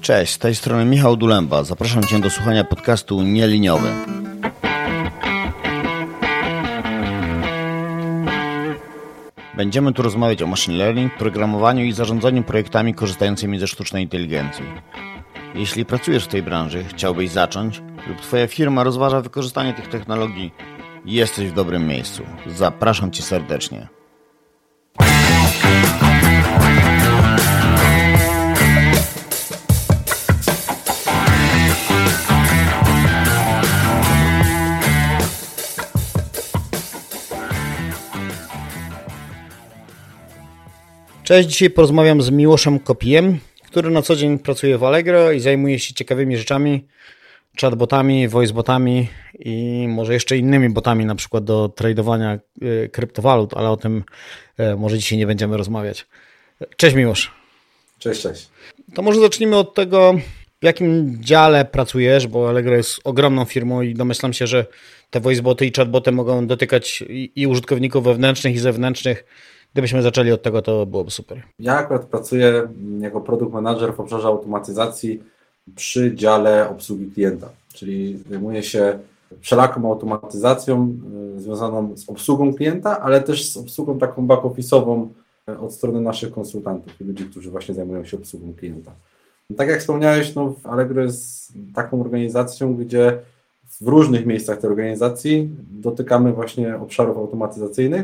Cześć, z tej strony Michał Dulemba. Zapraszam Cię do słuchania podcastu Nieliniowy. Będziemy tu rozmawiać o machine learning, programowaniu i zarządzaniu projektami korzystającymi ze sztucznej inteligencji. Jeśli pracujesz w tej branży, chciałbyś zacząć lub Twoja firma rozważa wykorzystanie tych technologii, jesteś w dobrym miejscu. Zapraszam Cię serdecznie. Cześć, dzisiaj porozmawiam z Miłoszem Kopijem, który na co dzień pracuje w Allegro i zajmuje się ciekawymi rzeczami, chatbotami, voicebotami i może jeszcze innymi botami, na przykład do tradowania kryptowalut, ale o tym może dzisiaj nie będziemy rozmawiać. Cześć Miłosz. Cześć. To może zacznijmy od tego, w jakim dziale pracujesz, bo Allegro jest ogromną firmą i domyślam się, że te voiceboty i chatboty mogą dotykać i użytkowników wewnętrznych i zewnętrznych. Gdybyśmy zaczęli od tego, to byłoby super. Ja akurat pracuję jako product manager w obszarze automatyzacji przy dziale obsługi klienta, czyli zajmuję się wszelaką automatyzacją związaną z obsługą klienta, ale też z obsługą taką back-office'ową od strony naszych konsultantów i ludzi, którzy właśnie zajmują się obsługą klienta. Tak jak wspomniałeś, Allegro jest taką organizacją, gdzie w różnych miejscach tej organizacji dotykamy właśnie obszarów automatyzacyjnych.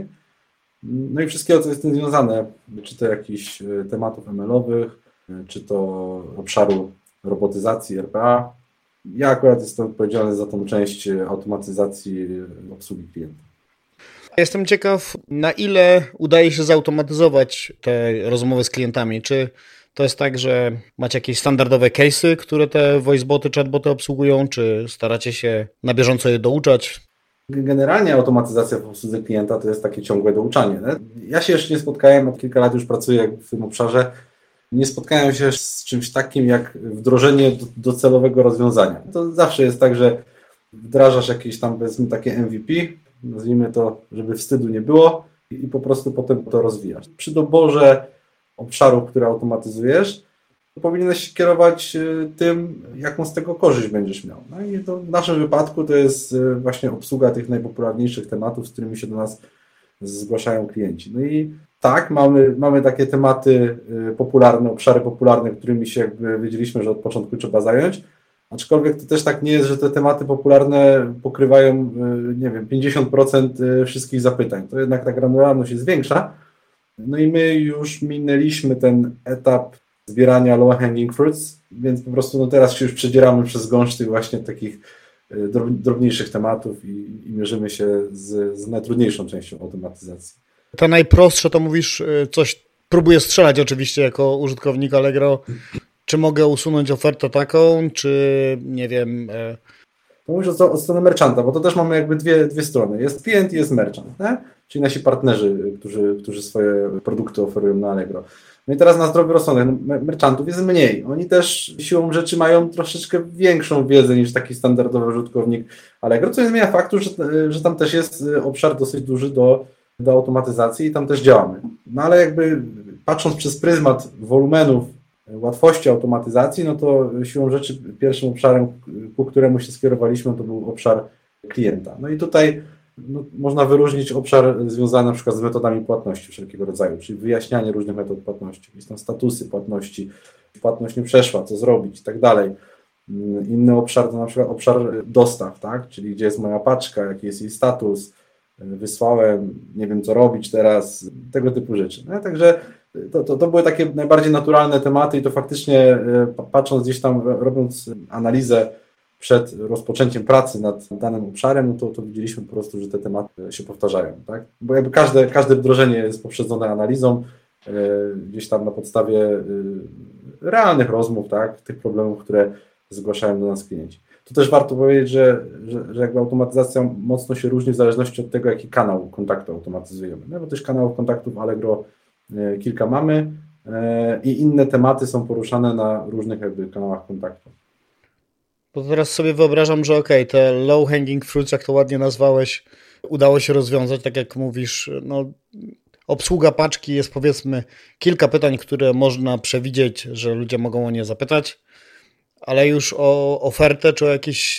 No i wszystkiego, co jest z tym związane, czy to jakichś tematów ML-owych, czy to obszaru robotyzacji, RPA. Ja akurat jestem odpowiedzialny za tą część automatyzacji obsługi klienta. Jestem ciekaw, na ile udaje się zautomatyzować te rozmowy z klientami. Czy to jest tak, że macie jakieś standardowe case'y, które te voiceboty, chatboty obsługują, czy staracie się na bieżąco je douczać? Generalnie automatyzacja w obsłudze klienta to jest takie ciągłe douczanie. Nie? Ja się jeszcze nie spotkałem, od kilka lat już pracuję w tym obszarze, nie spotkałem się z czymś takim jak wdrożenie docelowego rozwiązania. To zawsze jest tak, że wdrażasz jakieś tam, powiedzmy, takie MVP, nazwijmy to, żeby wstydu nie było i po prostu potem to rozwijasz. Przy doborze obszarów, które automatyzujesz, to powinieneś się kierować tym, jaką z tego korzyść będziesz miał. No i to w naszym wypadku to jest właśnie obsługa tych najpopularniejszych tematów, z którymi się do nas zgłaszają klienci. No i tak, mamy takie tematy popularne, obszary popularne, którymi się jakby wiedzieliśmy, że od początku trzeba zająć, aczkolwiek to też tak nie jest, że te tematy popularne pokrywają, 50% wszystkich zapytań. To jednak ta granularność jest większa. No i my już minęliśmy ten etap zbierania low hanging fruits, więc po prostu teraz się już przedzieramy przez gąszcz tych właśnie takich drobniejszych tematów i mierzymy się z najtrudniejszą częścią automatyzacji. Ta najprostsza to mówisz coś, próbuję strzelać oczywiście jako użytkownik Allegro, czy mogę usunąć ofertę taką, czy nie wiem... To mówisz od strony merchanta, bo to też mamy jakby dwie strony. Jest klient i jest merchant, nie? Czyli nasi partnerzy, którzy swoje produkty oferują na Allegro. No i teraz na zdrowy rozsądek, merchantów jest mniej. Oni też siłą rzeczy mają troszeczkę większą wiedzę niż taki standardowy użytkownik Allegro, co nie zmienia faktu, że tam też jest obszar dosyć duży do automatyzacji i tam też działamy. No ale jakby patrząc przez pryzmat wolumenów, łatwości automatyzacji, no to siłą rzeczy pierwszym obszarem, ku któremu się skierowaliśmy, to był obszar klienta. No i tutaj można wyróżnić obszar związany na przykład z metodami płatności wszelkiego rodzaju, czyli wyjaśnianie różnych metod płatności, jakieś tam statusy płatności, płatność nie przeszła, co zrobić i tak dalej. Inny obszar to na przykład obszar dostaw, tak? Czyli gdzie jest moja paczka, jaki jest jej status, wysłałem, nie wiem co robić teraz, tego typu rzeczy. No, także to były takie najbardziej naturalne tematy i to faktycznie patrząc gdzieś tam, robiąc analizę przed rozpoczęciem pracy nad danym obszarem, no to widzieliśmy po prostu, że te tematy się powtarzają, tak? Bo jakby każde wdrożenie jest poprzedzone analizą, gdzieś tam na podstawie realnych rozmów, tak? Tych problemów, które zgłaszają do nas klienci. Tu też warto powiedzieć, że jakby automatyzacja mocno się różni w zależności od tego, jaki kanał kontaktu automatyzujemy. No bo też kanałów kontaktów w Allegro kilka mamy i inne tematy są poruszane na różnych jakby kanałach kontaktu. Bo teraz sobie wyobrażam, że te low hanging fruits, jak to ładnie nazwałeś, udało się rozwiązać, tak jak mówisz, obsługa paczki jest powiedzmy kilka pytań, które można przewidzieć, że ludzie mogą o nie zapytać. ale już o ofertę, czy o jakieś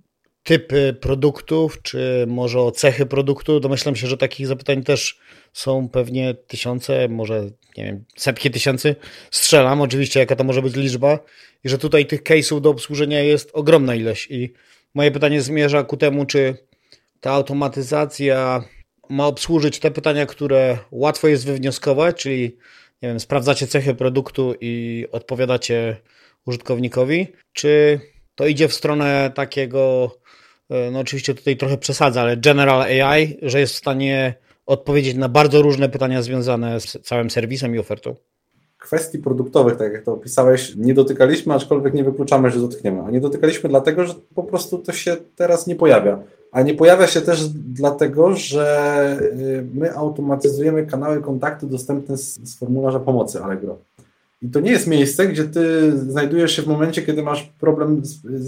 typy produktów, czy może o cechy produktu. Domyślam się, że takich zapytań też są pewnie tysiące, może nie wiem, setki tysięcy. Strzelam oczywiście, jaka to może być liczba i że tutaj tych case'ów do obsłużenia jest ogromna ilość i moje pytanie zmierza ku temu, czy ta automatyzacja ma obsłużyć te pytania, które łatwo jest wywnioskować, czyli nie wiem, sprawdzacie cechy produktu i odpowiadacie użytkownikowi, czy to idzie w stronę takiego, no oczywiście tutaj trochę przesadzę, ale General AI, że jest w stanie odpowiedzieć na bardzo różne pytania związane z całym serwisem i ofertą? Kwestii produktowych, tak jak to opisałeś, nie dotykaliśmy, aczkolwiek nie wykluczamy, że dotkniemy. A nie dotykaliśmy dlatego, że po prostu to się teraz nie pojawia. A nie pojawia się też dlatego, że my automatyzujemy kanały kontaktu dostępne z formularza pomocy Allegro. I to nie jest miejsce, gdzie ty znajdujesz się w momencie, kiedy masz problem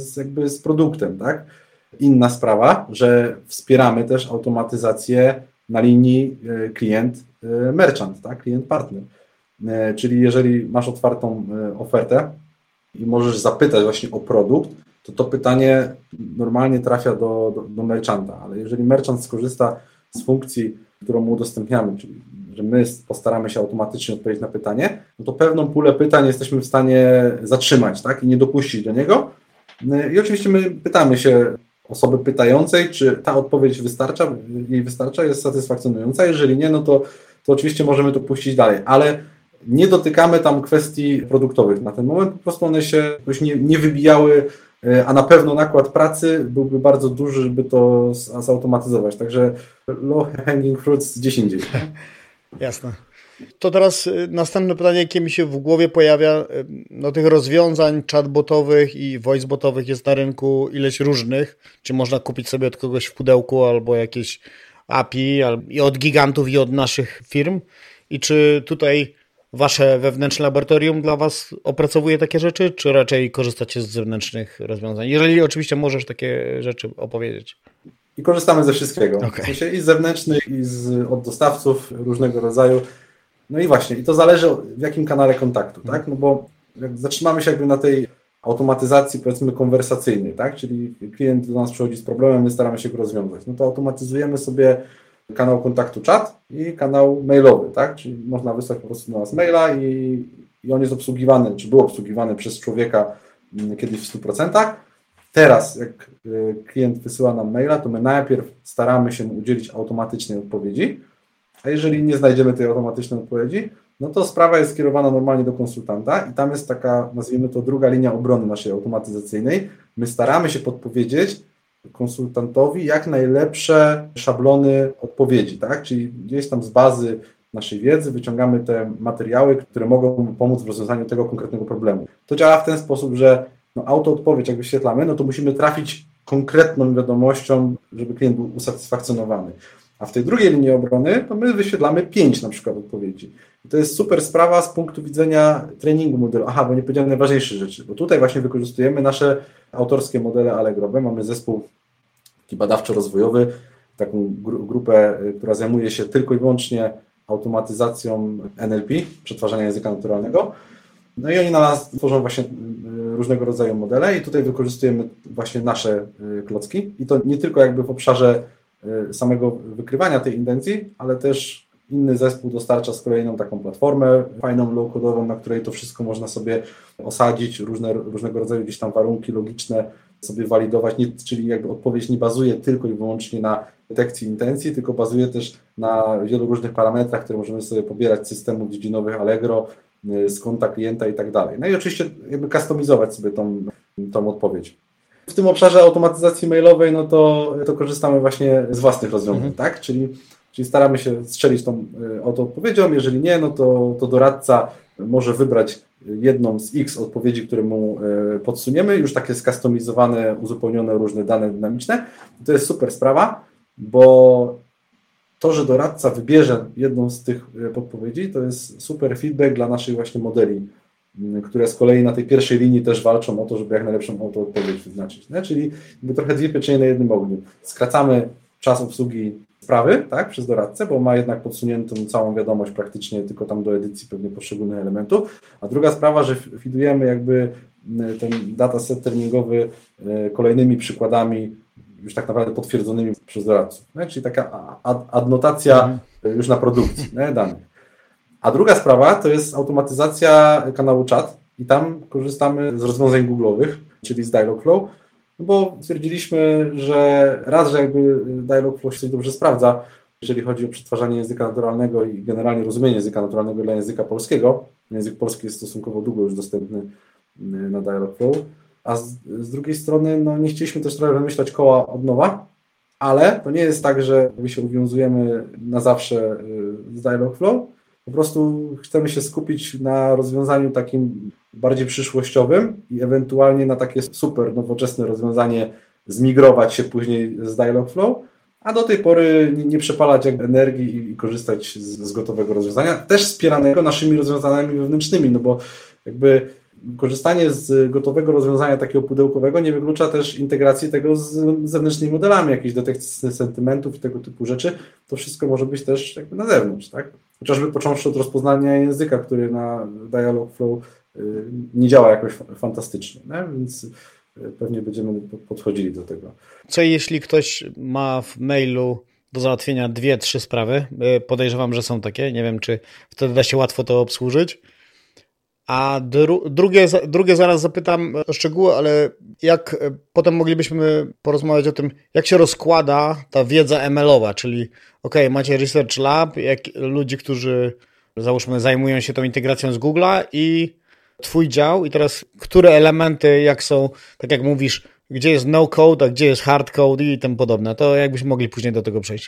z produktem, tak? Inna sprawa, że wspieramy też automatyzację na linii klient-merchant, tak? Klient-partner. Czyli jeżeli masz otwartą ofertę i możesz zapytać właśnie o produkt, to pytanie normalnie trafia do merchanta, ale jeżeli merchant skorzysta z funkcji, którą mu udostępniamy, czyli że my postaramy się automatycznie odpowiedzieć na pytanie, no to pewną pulę pytań jesteśmy w stanie zatrzymać, tak, i nie dopuścić do niego. I oczywiście my pytamy się osoby pytającej, czy ta odpowiedź wystarcza, jest satysfakcjonująca. Jeżeli nie, no to oczywiście możemy to puścić dalej, ale nie dotykamy tam kwestii produktowych na ten moment, po prostu one się jakoś nie wybijały, a na pewno nakład pracy byłby bardzo duży, żeby to zautomatyzować. Także low hanging fruits gdzieś indziej. Jasne. To teraz następne pytanie, jakie mi się w głowie pojawia. No, tych rozwiązań chatbotowych i voicebotowych jest na rynku ileś różnych. Czy można kupić sobie od kogoś w pudełku albo jakieś API i od gigantów i od naszych firm? I czy tutaj wasze wewnętrzne laboratorium dla was opracowuje takie rzeczy, czy raczej korzystacie z zewnętrznych rozwiązań? Jeżeli oczywiście możesz takie rzeczy opowiedzieć. I korzystamy ze wszystkiego. Okay. W sensie i z zewnętrznych, i od dostawców różnego rodzaju. No i właśnie, i to zależy w jakim kanale kontaktu, tak? No bo jak zatrzymamy się jakby na tej automatyzacji, powiedzmy, konwersacyjnej, tak? Czyli klient do nas przychodzi z problemem, my staramy się go rozwiązać. No to automatyzujemy sobie kanał kontaktu czat i kanał mailowy, tak? Czyli można wysłać po prostu do nas maila i on jest obsługiwany, czy był obsługiwany przez człowieka kiedyś w 100%. Teraz, jak klient wysyła nam maila, to my najpierw staramy się mu udzielić automatycznej odpowiedzi, a jeżeli nie znajdziemy tej automatycznej odpowiedzi, no to sprawa jest skierowana normalnie do konsultanta i tam jest taka, nazwijmy to, druga linia obrony naszej automatyzacyjnej. My staramy się podpowiedzieć konsultantowi jak najlepsze szablony odpowiedzi, tak? Czyli gdzieś tam z bazy naszej wiedzy wyciągamy te materiały, które mogą mu pomóc w rozwiązaniu tego konkretnego problemu. To działa w ten sposób, że autoodpowiedź jak wyświetlamy, no to musimy trafić konkretną wiadomością, żeby klient był usatysfakcjonowany. A w tej drugiej linii obrony to my wyświetlamy 5 na przykład odpowiedzi. I to jest super sprawa z punktu widzenia treningu modelu. Aha, bo nie powiedziałem najważniejsze rzeczy, bo tutaj właśnie wykorzystujemy nasze autorskie modele Allegrowe. Mamy zespół taki badawczo-rozwojowy, taką grupę, która zajmuje się tylko i wyłącznie automatyzacją NLP, przetwarzania języka naturalnego. No i oni na nas tworzą właśnie różnego rodzaju modele i tutaj wykorzystujemy właśnie nasze klocki. I to nie tylko jakby w obszarze samego wykrywania tej intencji, ale też inny zespół dostarcza z kolei nam taką platformę fajną, low-codową, na której to wszystko można sobie osadzić, różnego rodzaju gdzieś tam warunki logiczne sobie walidować, czyli jakby odpowiedź nie bazuje tylko i wyłącznie na detekcji intencji, tylko bazuje też na wielu różnych parametrach, które możemy sobie pobierać z systemów dziedzinowych Allegro, z konta klienta i tak dalej. No i oczywiście jakby kustomizować sobie tą odpowiedź. W tym obszarze automatyzacji mailowej, no to korzystamy właśnie z własnych rozwiązań, tak? Czyli staramy się strzelić tą autoodpowiedzią, jeżeli nie, no to doradca może wybrać jedną z X odpowiedzi, które mu podsuniemy, już takie skustomizowane, uzupełnione różne dane dynamiczne. To jest super sprawa, bo to, że doradca wybierze jedną z tych podpowiedzi, to jest super feedback dla naszych właśnie modeli, które z kolei na tej pierwszej linii też walczą o to, żeby jak najlepszą autoodpowiedź wyznaczyć. Nie? Czyli trochę dwie pieczenie na jednym ogniu. Skracamy czas obsługi sprawy, tak, przez doradcę, bo ma jednak podsuniętą całą wiadomość praktycznie tylko tam do edycji pewnie poszczególnych elementów. A druga sprawa, że fidujemy jakby ten dataset treningowy kolejnymi przykładami już tak naprawdę potwierdzonymi przez doradców. Czyli taka adnotacja już na produkcji danych. A druga sprawa to jest automatyzacja kanału czat i tam korzystamy z rozwiązań Google'owych, czyli z Dialogflow, bo stwierdziliśmy, że jakby Dialogflow się dobrze sprawdza, jeżeli chodzi o przetwarzanie języka naturalnego i generalnie rozumienie języka naturalnego dla języka polskiego. Język polski jest stosunkowo długo już dostępny na Dialogflow, a z drugiej strony nie chcieliśmy też trochę wymyślać koła od nowa, ale to nie jest tak, że my się uwiązujemy na zawsze z Dialogflow. Po prostu chcemy się skupić na rozwiązaniu takim bardziej przyszłościowym i ewentualnie na takie super nowoczesne rozwiązanie zmigrować się później z Dialogflow, a do tej pory nie przepalać energii i korzystać z gotowego rozwiązania, też wspieranego naszymi rozwiązaniami wewnętrznymi, bo jakby korzystanie z gotowego rozwiązania takiego pudełkowego nie wyklucza też integracji tego z zewnętrznymi modelami, jakiejś detekcji sentymentów i tego typu rzeczy. To wszystko może być też jakby na zewnątrz, tak? Chociażby począwszy od rozpoznania języka, który na Dialogflow nie działa jakoś fantastycznie, więc pewnie będziemy podchodzili do tego. Co jeśli ktoś ma w mailu do załatwienia 2-3 sprawy? Podejrzewam, że są takie. Nie wiem, czy wtedy da się łatwo to obsłużyć. A drugie zaraz zapytam o szczegóły, ale jak potem moglibyśmy porozmawiać o tym, jak się rozkłada ta wiedza ML-owa, czyli macie Research Lab, ludzi, którzy załóżmy zajmują się tą integracją z Google'a i twój dział i teraz które elementy, jak są, tak jak mówisz, gdzie jest no code, a gdzie jest hard code i tym podobne, to jakbyśmy mogli później do tego przejść.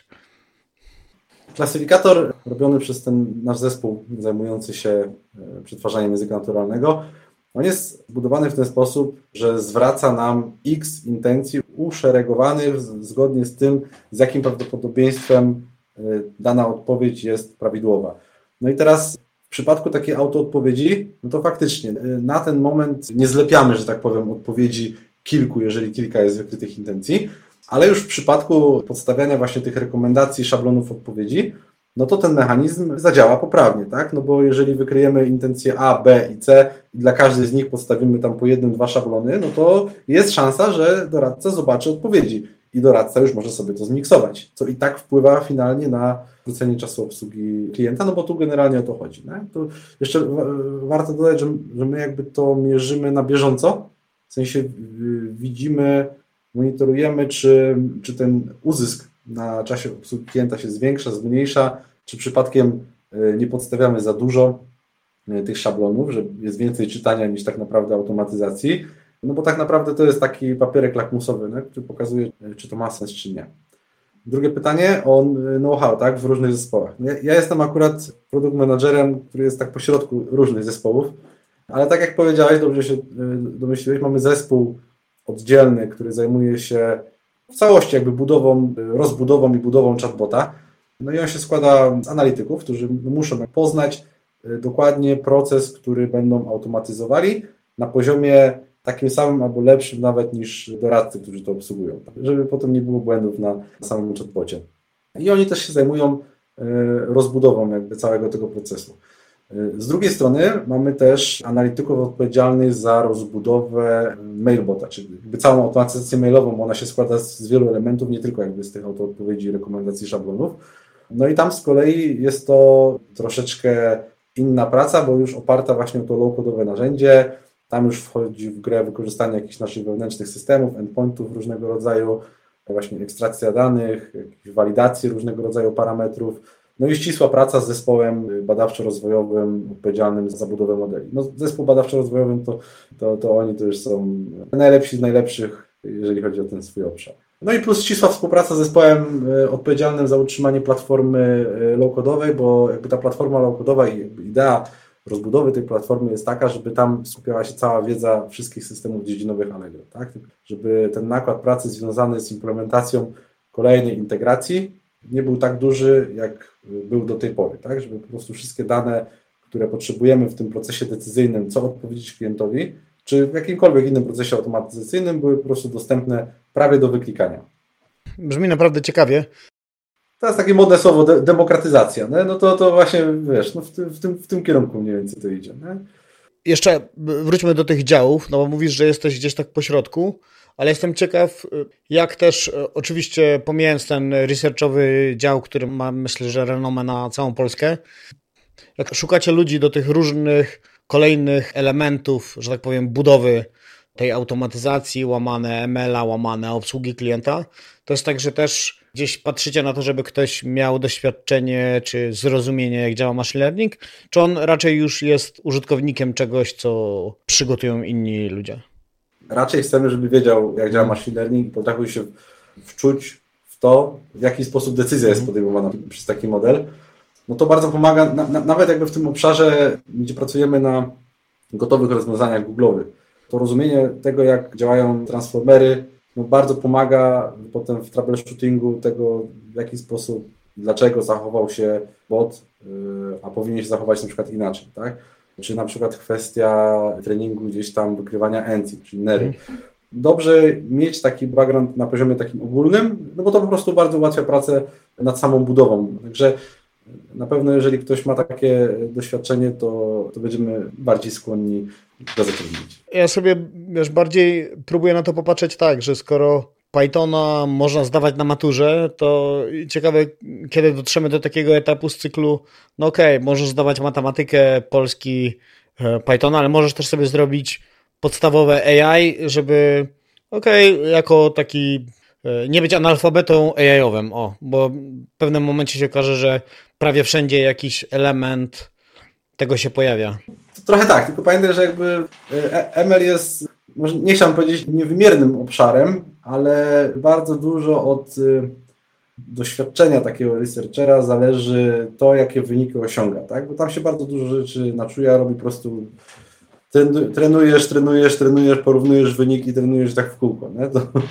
Klasyfikator robiony przez ten nasz zespół zajmujący się przetwarzaniem języka naturalnego, on jest zbudowany w ten sposób, że zwraca nam X intencji uszeregowanych zgodnie z tym, z jakim prawdopodobieństwem dana odpowiedź jest prawidłowa. No i teraz w przypadku takiej autoodpowiedzi, to faktycznie na ten moment nie zlepiamy, że tak powiem, odpowiedzi kilku, jeżeli kilka jest wykrytych intencji, ale już w przypadku podstawiania właśnie tych rekomendacji, szablonów odpowiedzi, to ten mechanizm zadziała poprawnie, tak? Bo jeżeli wykryjemy intencje A, B i C i dla każdej z nich podstawimy tam po 1-2 szablony, to jest szansa, że doradca zobaczy odpowiedzi i doradca już może sobie to zmiksować, co i tak wpływa finalnie na skrócenie czasu obsługi klienta, bo tu generalnie o to chodzi. To jeszcze warto dodać, że my jakby to mierzymy na bieżąco, w sensie widzimy, monitorujemy, czy ten uzysk na czasie obsługi klienta się zwiększa, zmniejsza, czy przypadkiem nie podstawiamy za dużo tych szablonów, że jest więcej czytania niż tak naprawdę automatyzacji, bo tak naprawdę to jest taki papierek lakmusowy, który pokazuje, czy to ma sens, czy nie. Drugie pytanie o know-how, tak, w różnych zespołach. Ja jestem akurat product managerem, który jest tak pośrodku różnych zespołów, ale tak jak powiedziałeś, dobrze się domyśliłeś, mamy zespół oddzielny, który zajmuje się w całości jakby rozbudową i budową chatbota. I on się składa z analityków, którzy muszą poznać dokładnie proces, który będą automatyzowali na poziomie takim samym albo lepszym nawet niż doradcy, którzy to obsługują, żeby potem nie było błędów na samym chatbocie. I oni też się zajmują rozbudową jakby całego tego procesu. Z drugiej strony mamy też analityków odpowiedzialnych za rozbudowę mailbota, czyli jakby całą automatyzację mailową. Ona się składa z wielu elementów, nie tylko jakby z tych autoodpowiedzi, rekomendacji, szablonów. I tam z kolei jest to troszeczkę inna praca, bo już oparta właśnie o to low-codowe narzędzie. Tam już wchodzi w grę wykorzystanie jakichś naszych wewnętrznych systemów, endpointów różnego rodzaju, właśnie ekstrakcja danych, jakieś walidacje różnego rodzaju parametrów. I ścisła praca z zespołem badawczo-rozwojowym odpowiedzialnym za budowę modeli. Zespół badawczo-rozwojowy to oni to już są najlepsi z najlepszych, jeżeli chodzi o ten swój obszar. I plus ścisła współpraca z zespołem odpowiedzialnym za utrzymanie platformy low-codowej, bo jakby ta platforma low-codowa i jakby idea rozbudowy tej platformy jest taka, żeby tam skupiała się cała wiedza wszystkich systemów dziedzinowych Allegro, tak? Żeby ten nakład pracy związany z implementacją kolejnej integracji nie był tak duży, jak był do tej pory, tak? Żeby po prostu wszystkie dane, które potrzebujemy w tym procesie decyzyjnym, co odpowiedzieć klientowi, czy w jakimkolwiek innym procesie automatyzacyjnym, były po prostu dostępne prawie do wyklikania. Brzmi naprawdę ciekawie. To jest takie modne słowo, demokratyzacja. To właśnie, wiesz, w tym kierunku mniej więcej to idzie. Nie? Jeszcze wróćmy do tych działów, no bo mówisz, że jesteś gdzieś tak po środku, ale jestem ciekaw, jak też, oczywiście pomijając ten researchowy dział, który ma, myślę, że renomę na całą Polskę, jak szukacie ludzi do tych różnych kolejnych elementów, że tak powiem, budowy tej automatyzacji, łamane ML-a, łamane obsługi klienta, to jest tak, że też gdzieś patrzycie na to, żeby ktoś miał doświadczenie czy zrozumienie, jak działa machine learning, czy on raczej już jest użytkownikiem czegoś, co przygotują inni ludzie? Raczej chcemy, żeby wiedział, jak działa machine learning i potrafił się wczuć w to, w jaki sposób decyzja jest podejmowana przez taki model. No to bardzo pomaga, nawet jakby w tym obszarze, gdzie pracujemy na gotowych rozwiązaniach Google'owych. To rozumienie tego, jak działają transformery, no bardzo pomaga potem w troubleshootingu tego, w jaki sposób, dlaczego zachował się bot, a powinien się zachować na przykład inaczej, tak? Czy na przykład kwestia treningu gdzieś tam wykrywania ANSI, czyli NERY. Dobrze mieć taki background na poziomie takim ogólnym, no bo to po prostu bardzo ułatwia pracę nad samą budową. Także na pewno jeżeli ktoś ma takie doświadczenie, to będziemy bardziej skłonni go zatrudnić. Ja sobie bardziej próbuję na to popatrzeć tak, że skoro Pythona można zdawać na maturze, to ciekawe, kiedy dotrzemy do takiego etapu z cyklu, no okej, możesz zdawać matematykę, polski, Pythona, ale możesz też sobie zrobić podstawowe AI, żeby jako taki nie być analfabetą AI-owym, bo w pewnym momencie się okaże, że prawie wszędzie jakiś element tego się pojawia. Trochę tak, tylko pamiętaj, że jakby ML jest, może nie chciałbym powiedzieć niewymiernym obszarem, ale bardzo dużo od doświadczenia takiego researchera zależy to, jakie wyniki osiąga, tak? Bo tam się bardzo dużo rzeczy na czuja robi, po prostu trenujesz, porównujesz wyniki, trenujesz tak w kółko, nie?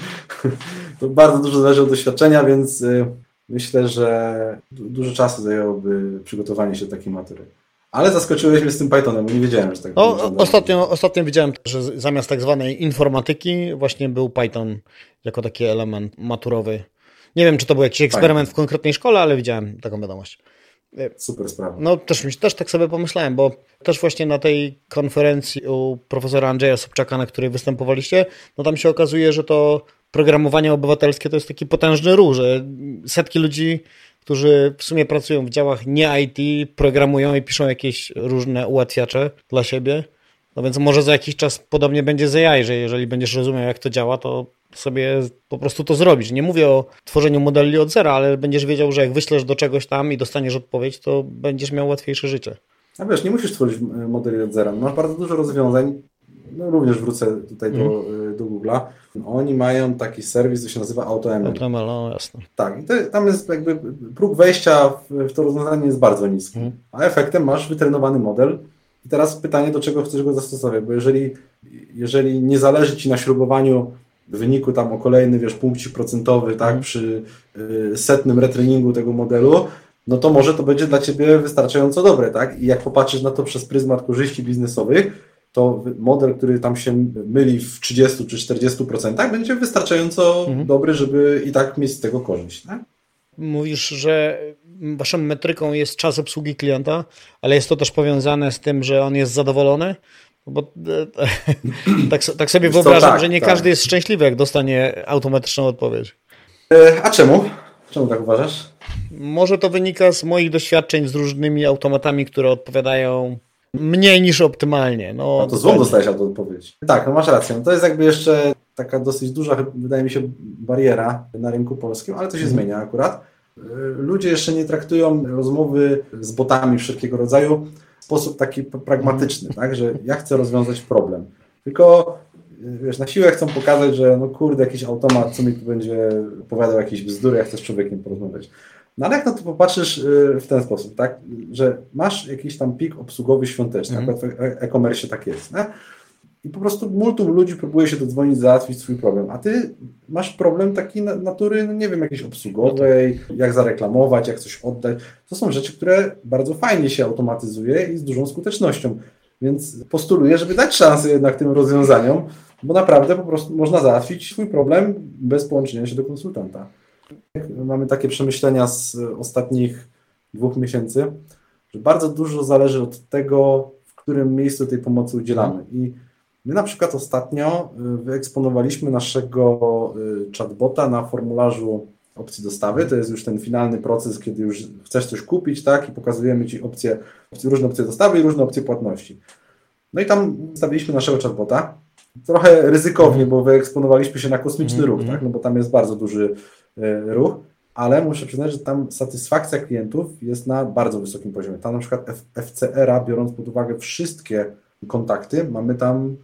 To bardzo dużo zależy od doświadczenia, więc myślę, że dużo czasu zajęłoby przygotowanie się do takiej matury. Ale zaskoczyłeś mnie z tym Pythonem, bo nie wiedziałem, że tak Ostatnio widziałem, że zamiast tak zwanej informatyki właśnie był Python jako taki element maturowy. Nie wiem, czy to był jakiś eksperyment w konkretnej szkole, ale widziałem taką wiadomość. Super sprawa. No też tak sobie pomyślałem, bo też właśnie na tej konferencji u profesora Andrzeja Sobczaka, na której występowaliście, no tam się okazuje, że to programowanie obywatelskie to jest taki potężny ruch, że setki ludzi, którzy w sumie pracują w działach nie IT, programują i piszą jakieś różne ułatwiacze dla siebie. No więc może za jakiś czas podobnie będzie z AI, że jeżeli będziesz rozumiał, jak to działa, to sobie po prostu to zrobisz. Nie mówię o tworzeniu modeli od zera, ale będziesz wiedział, że jak wyślesz do czegoś tam i dostaniesz odpowiedź, to będziesz miał łatwiejsze życie. A wiesz, nie musisz tworzyć modeli od zera. Masz bardzo dużo rozwiązań. No również wrócę tutaj do Google'a. Oni mają taki serwis, który się nazywa AutoML. AutoML, no jasne. Tak, i tam jest jakby próg wejścia w to rozwiązanie jest bardzo niski. A efektem masz wytrenowany model. I teraz pytanie, do czego chcesz go zastosować, bo jeżeli nie zależy Ci na śrubowaniu wyniku tam o kolejny, punkcik procentowy, tak, przy setnym retreningu tego modelu, no to może to będzie dla Ciebie wystarczająco dobre, tak? I jak popatrzysz na to przez pryzmat korzyści biznesowych, to model, który tam się myli w 30 czy 40%, będzie wystarczająco dobry, żeby i tak mieć z tego korzyść, tak? Mówisz, że waszą metryką jest czas obsługi klienta, ale jest to też powiązane z tym, że on jest zadowolony? Bo tak sobie wyobrażam, że nie każdy jest szczęśliwy, jak dostanie automatyczną odpowiedź. A czemu? Czemu tak uważasz? Może to wynika z moich doświadczeń z różnymi automatami, które odpowiadają mniej niż optymalnie. No to złą dostałeś odpowiedź. Tak, no masz rację. To jest jakby jeszcze taka dosyć duża, wydaje mi się, bariera na rynku polskim, ale to się zmienia akurat. Ludzie jeszcze nie traktują rozmowy z botami wszelkiego rodzaju w sposób taki pragmatyczny, tak, że ja chcę rozwiązać problem. Tylko wiesz, na siłę chcą pokazać, że no kurde, jakiś automat, co mi tu będzie opowiadał jakieś bzdury, ja chcę z człowiekiem porozmawiać. No ale jak na to popatrzysz w ten sposób, tak, że masz jakiś tam pik obsługowy świąteczny, akurat w e-commerce tak jest, nie? I po prostu multum ludzi próbuje się dodzwonić, załatwić swój problem, a ty masz problem taki natury, no nie wiem, jakiejś obsługowej, jak zareklamować, jak coś oddać. To są rzeczy, które bardzo fajnie się automatyzuje i z dużą skutecznością, więc postuluję, żeby dać szansę jednak tym rozwiązaniom, bo naprawdę po prostu można załatwić swój problem bez połączenia się do konsultanta. Mamy takie przemyślenia z ostatnich 2 miesięcy, że bardzo dużo zależy od tego, w którym miejscu tej pomocy udzielamy. I my na przykład ostatnio wyeksponowaliśmy naszego chatbota na formularzu opcji dostawy. To jest już ten finalny proces, kiedy już chcesz coś kupić, tak? I pokazujemy Ci różne opcje dostawy i różne opcje płatności. No i tam stawiliśmy naszego chatbota. Trochę ryzykownie, bo wyeksponowaliśmy się na kosmiczny ruch, tak? No bo tam jest bardzo duży ruch, ale muszę przyznać, że tam satysfakcja klientów jest na bardzo wysokim poziomie. Tam na przykład FCR-a, biorąc pod uwagę wszystkie kontakty, mamy tam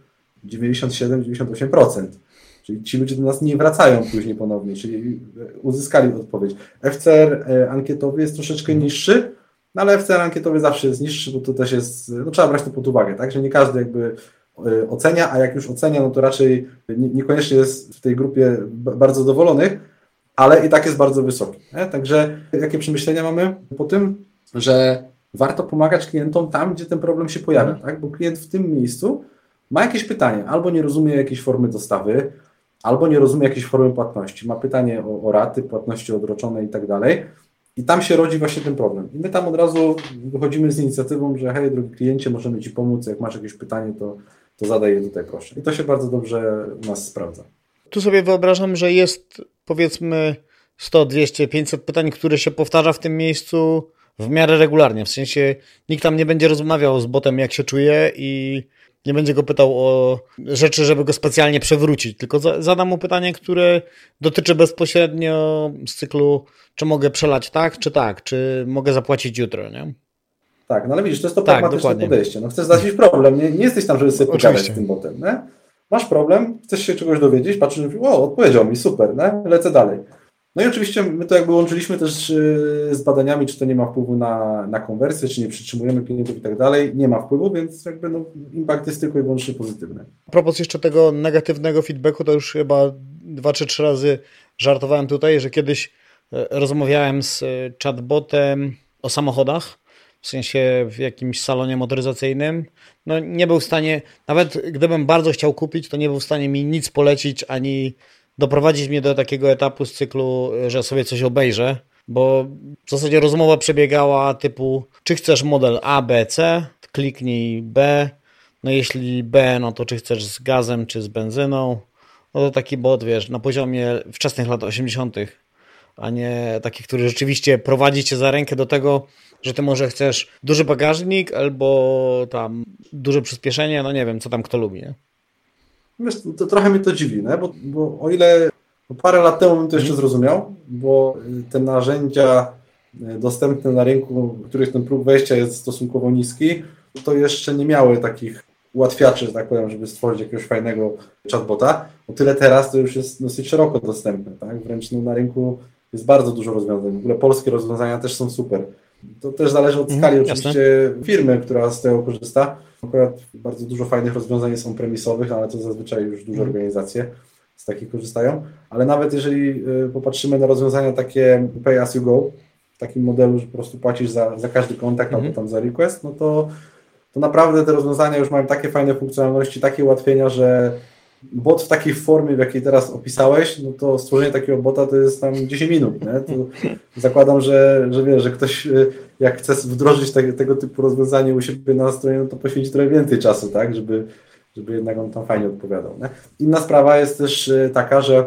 97-98%. Czyli ci ludzie do nas nie wracają później ponownie, czyli uzyskali odpowiedź. FCR ankietowy jest troszeczkę niższy, no ale FCR ankietowy zawsze jest niższy, bo to też jest, no trzeba brać to pod uwagę, tak, że nie każdy jakby ocenia, a jak już ocenia, no to raczej niekoniecznie jest w tej grupie bardzo zadowolonych, ale i tak jest bardzo wysoki. Nie? Także jakie przemyślenia mamy po tym, że warto pomagać klientom tam, gdzie ten problem się pojawia, tak? Bo klient w tym miejscu ma jakieś pytanie, albo nie rozumie jakiejś formy dostawy, albo nie rozumie jakiejś formy płatności, ma pytanie o raty, płatności odroczone i tak dalej. I tam się rodzi właśnie ten problem. I my tam od razu wychodzimy z inicjatywą, że hej, drogi kliencie, możemy Ci pomóc, jak masz jakieś pytanie, to zadaj je tutaj proszę. I to się bardzo dobrze u nas sprawdza. Tu sobie wyobrażam, że jest powiedzmy 100, 200, 500 pytań, które się powtarza w tym miejscu w miarę regularnie. W sensie nikt tam nie będzie rozmawiał z botem, jak się czuje i nie będzie go pytał o rzeczy, żeby go specjalnie przewrócić, tylko zadam mu pytanie, które dotyczy bezpośrednio z cyklu, czy mogę przelać tak, czy mogę zapłacić jutro, nie? Tak, no ale widzisz, to jest to pragmatyczne podejście. No chcesz znaleźć problem, nie jesteś tam, żeby sobie pogadać z tym botem, nie? Masz problem, chcesz się czegoś dowiedzieć, patrzysz, odpowiedział mi, super, nie? Lecę dalej. No i oczywiście my to jakby łączyliśmy też z badaniami, czy to nie ma wpływu na konwersję, czy nie przytrzymujemy klientów i tak dalej. Nie ma wpływu, więc jakby impact jest tylko i wyłącznie pozytywny. A propos jeszcze tego negatywnego feedbacku, to już chyba 2 czy 3 razy żartowałem tutaj, że kiedyś rozmawiałem z chatbotem o samochodach, w sensie w jakimś salonie motoryzacyjnym. No nie był w stanie, nawet gdybym bardzo chciał kupić, to nie był w stanie mi nic polecić, ani doprowadzić mnie do takiego etapu z cyklu, że sobie coś obejrzę, bo w zasadzie rozmowa przebiegała typu, czy chcesz model A, B, C, kliknij B, no jeśli B, no to czy chcesz z gazem, czy z benzyną, no to taki bot, wiesz, na poziomie wczesnych lat 80., a nie taki, który rzeczywiście prowadzi cię za rękę do tego, że ty może chcesz duży bagażnik albo tam duże przyspieszenie, no nie wiem, co tam kto lubi, nie? Wiesz, to trochę mnie to dziwi, nie? Bo o ile parę lat temu bym to jeszcze zrozumiał, bo te narzędzia dostępne na rynku, których ten próg wejścia jest stosunkowo niski, to jeszcze nie miały takich ułatwiaczy, że tak powiem, żeby stworzyć jakiegoś fajnego chatbota. O tyle teraz to już jest dosyć szeroko dostępne, tak? Wręcz na rynku jest bardzo dużo rozwiązań. W ogóle polskie rozwiązania też są super. To też zależy od skali oczywiście firmy, która z tego korzysta. Akurat bardzo dużo fajnych rozwiązań jest on-premisowych, ale to zazwyczaj już duże organizacje z takich korzystają. Ale nawet jeżeli popatrzymy na rozwiązania takie pay as you go, w takim modelu, że po prostu płacisz za każdy kontakt albo tam za request, no to naprawdę te rozwiązania już mają takie fajne funkcjonalności, takie ułatwienia, że bot w takiej formie, w jakiej teraz opisałeś, no to stworzenie takiego bota to jest tam 10 minut, nie? To zakładam, że wiesz, że ktoś jak chce wdrożyć tego typu rozwiązanie u siebie na stronie, no to poświęci trochę więcej czasu, tak? Żeby jednak on tam fajnie odpowiadał, nie? Inna sprawa jest też taka, że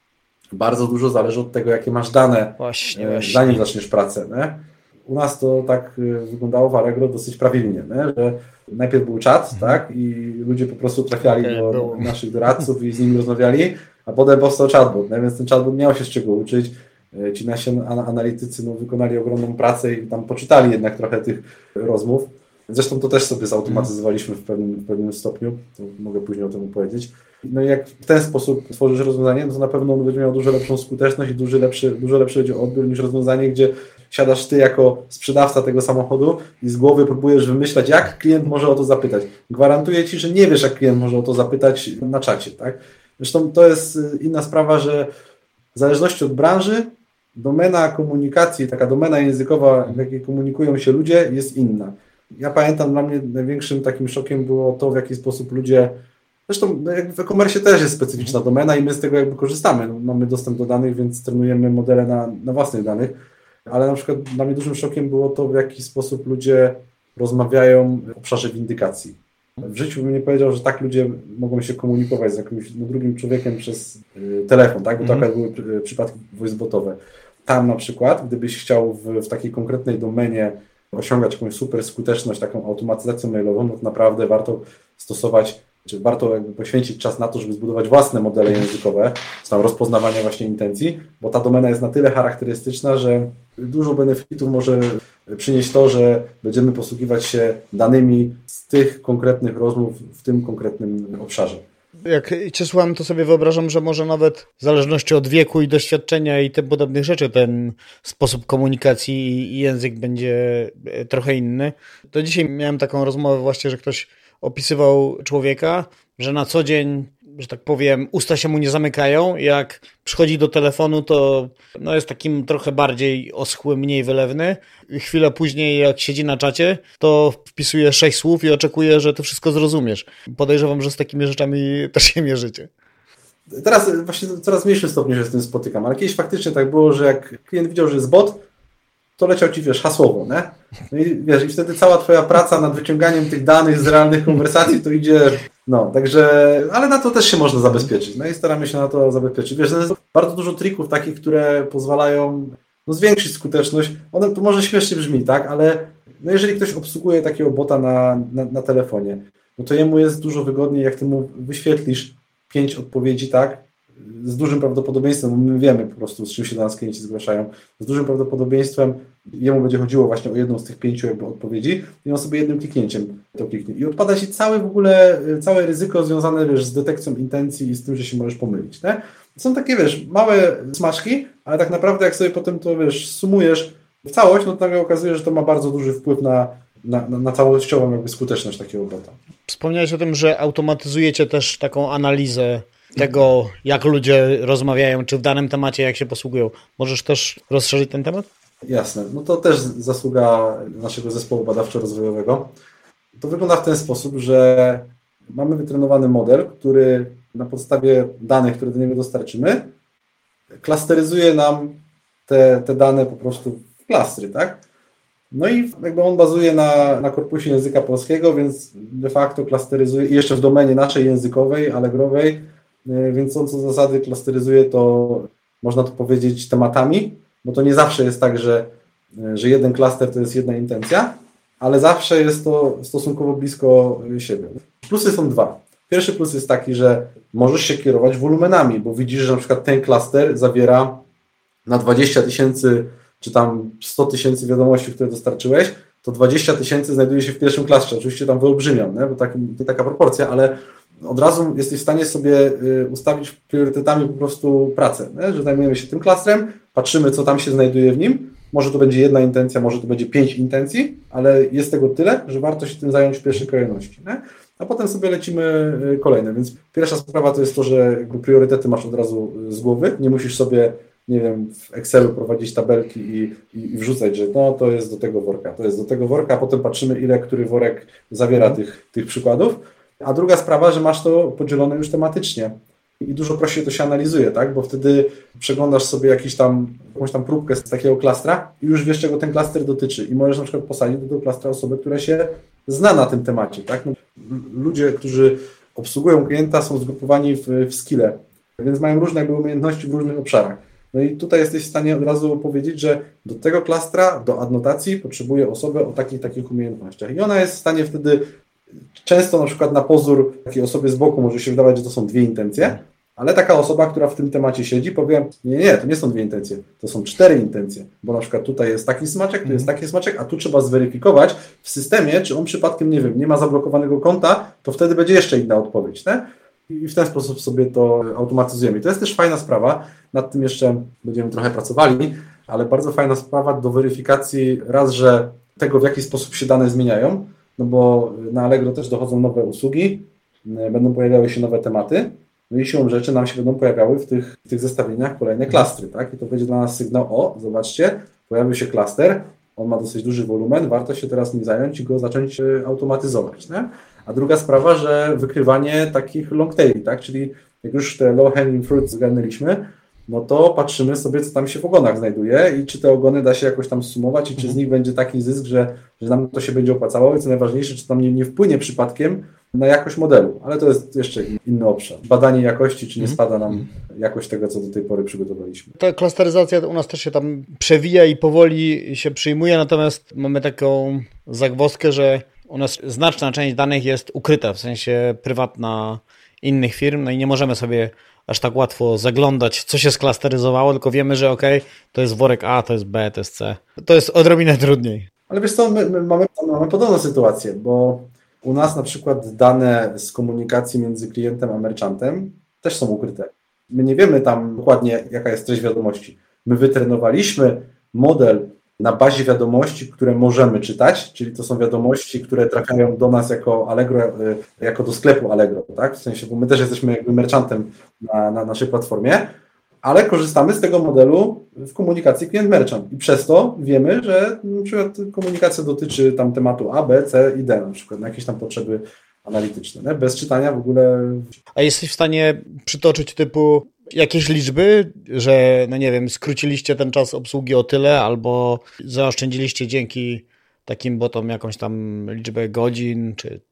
bardzo dużo zależy od tego, jakie masz dane, zanim zaczniesz pracę, nie? U nas to tak wyglądało w Allegro dosyć prawidłnie, nie? Że najpierw był czat, tak? I ludzie po prostu trafiali do naszych doradców i z nimi rozmawiali, a potem powstał chatbot, nie? Więc ten chatbot miał się z czego uczyć. Ci nasi analitycy wykonali ogromną pracę i tam poczytali jednak trochę tych rozmów. Zresztą to też sobie zautomatyzowaliśmy w pewnym stopniu, to mogę później o tym opowiedzieć. No i jak w ten sposób tworzysz rozwiązanie, no to na pewno on będzie miał dużo lepszą skuteczność i dużo lepszy będzie odbiór niż rozwiązanie, gdzie siadasz ty jako sprzedawca tego samochodu i z głowy próbujesz wymyślać, jak klient może o to zapytać. Gwarantuję ci, że nie wiesz, jak klient może o to zapytać na czacie, tak? Zresztą to jest inna sprawa, że w zależności od branży domena komunikacji, taka domena językowa, w jakiej komunikują się ludzie, jest inna. Ja pamiętam, dla mnie największym takim szokiem było to, w jaki sposób ludzie, zresztą w e-commerce też jest specyficzna domena i my z tego jakby korzystamy. Mamy dostęp do danych, więc trenujemy modele na własnych danych, ale na przykład dla mnie dużym szokiem było to, w jaki sposób ludzie rozmawiają w obszarze windykacji. W życiu bym nie powiedział, że tak ludzie mogą się komunikować z jakimś drugim człowiekiem przez telefon, tak? Bo to akurat były przypadki voicebotowe. Tam na przykład, gdybyś chciał w takiej konkretnej domenie osiągać jakąś super skuteczność, taką automatyzacją mailową, no to naprawdę warto stosować, czy warto jakby poświęcić czas na to, żeby zbudować własne modele językowe, czy tam rozpoznawania właśnie intencji, bo ta domena jest na tyle charakterystyczna, że dużo benefitów może przynieść to, że będziemy posługiwać się danymi z tych konkretnych rozmów w tym konkretnym obszarze. Jak Cię słucham, to sobie wyobrażam, że może nawet w zależności od wieku i doświadczenia i tym podobnych rzeczy ten sposób komunikacji i język będzie trochę inny. To dzisiaj miałem taką rozmowę właśnie, że ktoś opisywał człowieka, że na co dzień, że tak powiem, usta się mu nie zamykają. Jak przychodzi do telefonu, to jest takim trochę bardziej oschły, mniej wylewny. Chwilę później, jak siedzi na czacie, to wpisuje 6 słów i oczekuje, że ty wszystko zrozumiesz. Podejrzewam, że z takimi rzeczami też się mierzycie. Teraz właśnie w coraz mniejszym stopniu się z tym spotykam, ale kiedyś faktycznie tak było, że jak klient widział, że jest bot, to leciał ci, hasłowo, nie? No i i wtedy cała twoja praca nad wyciąganiem tych danych z realnych konwersacji to idzie, także, ale na to też się można zabezpieczyć, i staramy się na to zabezpieczyć. Jest bardzo dużo trików takich, które pozwalają zwiększyć skuteczność. To może śmiesznie brzmi, tak? Ale jeżeli ktoś obsługuje takiego bota na telefonie, no to jemu jest dużo wygodniej, jak ty mu wyświetlisz 5 odpowiedzi, tak? Z dużym prawdopodobieństwem, bo my wiemy po prostu, z czym się do nas klienci zgłaszają, z dużym prawdopodobieństwem jemu będzie chodziło właśnie o jedną z tych 5 odpowiedzi i on sobie jednym kliknięciem to kliknie. I odpada ci całe ryzyko związane, z detekcją intencji i z tym, że się możesz pomylić. Nie? Są takie, małe smaczki, ale tak naprawdę jak sobie potem to, sumujesz w całość, no to nagle okazuje, że to ma bardzo duży wpływ na całościową jakby skuteczność takiego bota. Wspomniałeś o tym, że automatyzujecie też taką analizę tego, jak ludzie rozmawiają, czy w danym temacie, jak się posługują. Możesz też rozszerzyć ten temat? Jasne. No to też zasługa naszego zespołu badawczo-rozwojowego. To wygląda w ten sposób, że mamy wytrenowany model, który na podstawie danych, które do niego dostarczymy, klasteryzuje nam te dane po prostu w klastry, tak? No i jakby on bazuje na korpusie języka polskiego, więc de facto klasteryzuje, i jeszcze w domenie naszej językowej, allegrowej, więc on co do zasady klasteryzuje to, można to powiedzieć, tematami, bo to nie zawsze jest tak, że jeden klaster to jest jedna intencja, ale zawsze jest to stosunkowo blisko siebie. Plusy są dwa. Pierwszy plus jest taki, że możesz się kierować wolumenami, bo widzisz, że na przykład ten klaster zawiera na 20 000 czy tam 100 000 wiadomości, które dostarczyłeś, to 20 000 znajduje się w pierwszym klastrze. Oczywiście tam wyolbrzymiam, bo to taka proporcja, ale od razu jesteś w stanie sobie ustawić priorytetami po prostu pracę, że zajmujemy się tym klastrem, patrzymy, co tam się znajduje w nim. Może to będzie jedna intencja, może to będzie 5 intencji, ale jest tego tyle, że warto się tym zająć w pierwszej kolejności. A potem sobie lecimy kolejne. Więc pierwsza sprawa to jest to, że jakby priorytety masz od razu z głowy. Nie musisz sobie, nie wiem, w Excelu prowadzić tabelki i wrzucać, że to jest do tego worka, to jest do tego worka, a potem patrzymy, ile który worek zawiera tych przykładów. A druga sprawa, że masz to podzielone już tematycznie i dużo prościej to się analizuje, tak? Bo wtedy przeglądasz sobie jakąś tam próbkę z takiego klastra i już wiesz, czego ten klaster dotyczy i możesz na przykład posadzić do tego klastra osobę, która się zna na tym temacie, tak? Ludzie, którzy obsługują klienta, są zgrupowani w skille, więc mają różne umiejętności w różnych obszarach. No i tutaj jesteś w stanie od razu powiedzieć, że do tego klastra, do adnotacji potrzebuje osobę o takich umiejętnościach i ona jest w stanie wtedy. Często na przykład na pozór takiej osobie z boku może się wydawać, że to są 2 intencje, ale taka osoba, która w tym temacie siedzi, powie, nie, to nie są 2 intencje, to są 4 intencje, bo na przykład tutaj jest taki smaczek, tu jest taki smaczek, a tu trzeba zweryfikować w systemie, czy on przypadkiem, nie wiem, nie ma zablokowanego konta, to wtedy będzie jeszcze inna odpowiedź, nie? I w ten sposób sobie to automatyzujemy. I to jest też fajna sprawa, nad tym jeszcze będziemy trochę pracowali, ale bardzo fajna sprawa do weryfikacji raz, że tego, w jaki sposób się dane zmieniają, no bo na Allegro też dochodzą nowe usługi, będą pojawiały się nowe tematy, no i siłą rzeczy nam się będą pojawiały w tych zestawieniach kolejne klastry, tak? I to będzie dla nas sygnał, zobaczcie, pojawił się klaster, on ma dosyć duży wolumen, warto się teraz nim zająć i go zacząć automatyzować, nie? A druga sprawa, że wykrywanie takich long taili, tak? Czyli jak już te low hanging fruit zgarnęliśmy, no to patrzymy sobie, co tam się w ogonach znajduje i czy te ogony da się jakoś tam sumować i czy z nich będzie taki zysk, że nam to się będzie opłacało i co najważniejsze, czy tam nie wpłynie przypadkiem na jakość modelu, ale to jest jeszcze inny obszar. Badanie jakości, czy nie spada nam jakość tego, co do tej pory przygotowaliśmy. Ta klasteryzacja u nas też się tam przewija i powoli się przyjmuje, natomiast mamy taką zagwozdkę, że u nas znaczna część danych jest ukryta, w sensie prywatna innych firm, no i nie możemy sobie aż tak łatwo zaglądać, co się sklasteryzowało, tylko wiemy, że okej, to jest worek A, to jest B, to jest C. To jest odrobinę trudniej. Ale wiesz co, my mamy podobną sytuację, bo u nas na przykład dane z komunikacji między klientem a merchantem też są ukryte. My nie wiemy tam dokładnie, jaka jest treść wiadomości. My wytrenowaliśmy model na bazie wiadomości, które możemy czytać, czyli to są wiadomości, które trafiają do nas jako Allegro, jako do sklepu Allegro, tak? W sensie, bo my też jesteśmy jakby merchantem na naszej platformie, ale korzystamy z tego modelu w komunikacji klient-merchant i przez to wiemy, że na przykład komunikacja dotyczy tam tematu A, B, C i D na przykład, na jakieś tam potrzeby analityczne, nie? Bez czytania w ogóle. A jesteś w stanie przytoczyć typu jakieś liczby, że no nie wiem, skróciliście ten czas obsługi o tyle albo zaoszczędziliście dzięki takim botom jakąś tam liczbę godzin, czy...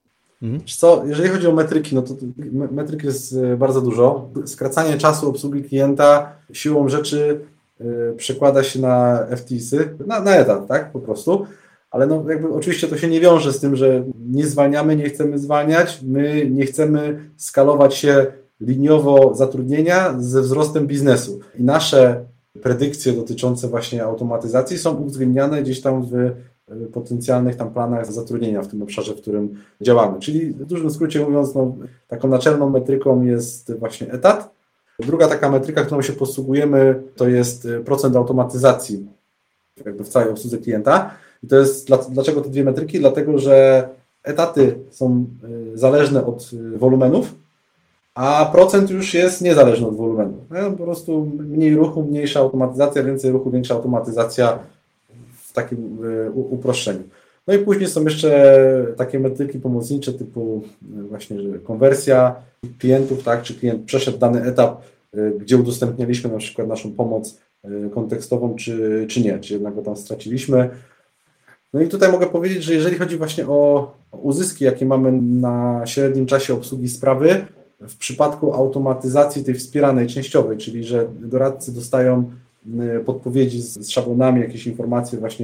Co, jeżeli chodzi o metryki, no to metryk jest bardzo dużo. Skracanie czasu obsługi klienta siłą rzeczy przekłada się na FTS-y, na etat, tak, po prostu. Ale no jakby oczywiście to się nie wiąże z tym, że nie zwalniamy, nie chcemy zwalniać, my nie chcemy skalować się liniowo zatrudnienia ze wzrostem biznesu. I nasze predykcje dotyczące właśnie automatyzacji są uwzględniane gdzieś tam w potencjalnych tam planach zatrudnienia w tym obszarze, w którym działamy. Czyli w dużym skrócie mówiąc, no, taką naczelną metryką jest właśnie etat. Druga taka metryka, którą się posługujemy, to jest procent automatyzacji jakby w całej obsłudze klienta. I to jest, dlaczego te dwie metryki? Dlatego, że etaty są zależne od wolumenów, a procent już jest niezależny od wolumenu. No, po prostu mniej ruchu, mniejsza automatyzacja, więcej ruchu, większa automatyzacja w takim uproszczeniu. No i później są jeszcze takie metryki pomocnicze typu właśnie, że konwersja klientów, tak, czy klient przeszedł dany etap, gdzie udostępnialiśmy na przykład naszą pomoc kontekstową, czy nie, czy jednak go tam straciliśmy. No i tutaj mogę powiedzieć, że jeżeli chodzi właśnie o uzyski, jakie mamy na średnim czasie obsługi sprawy, w przypadku automatyzacji tej wspieranej, częściowej, czyli że doradcy dostają podpowiedzi z szablonami, jakieś informacje właśnie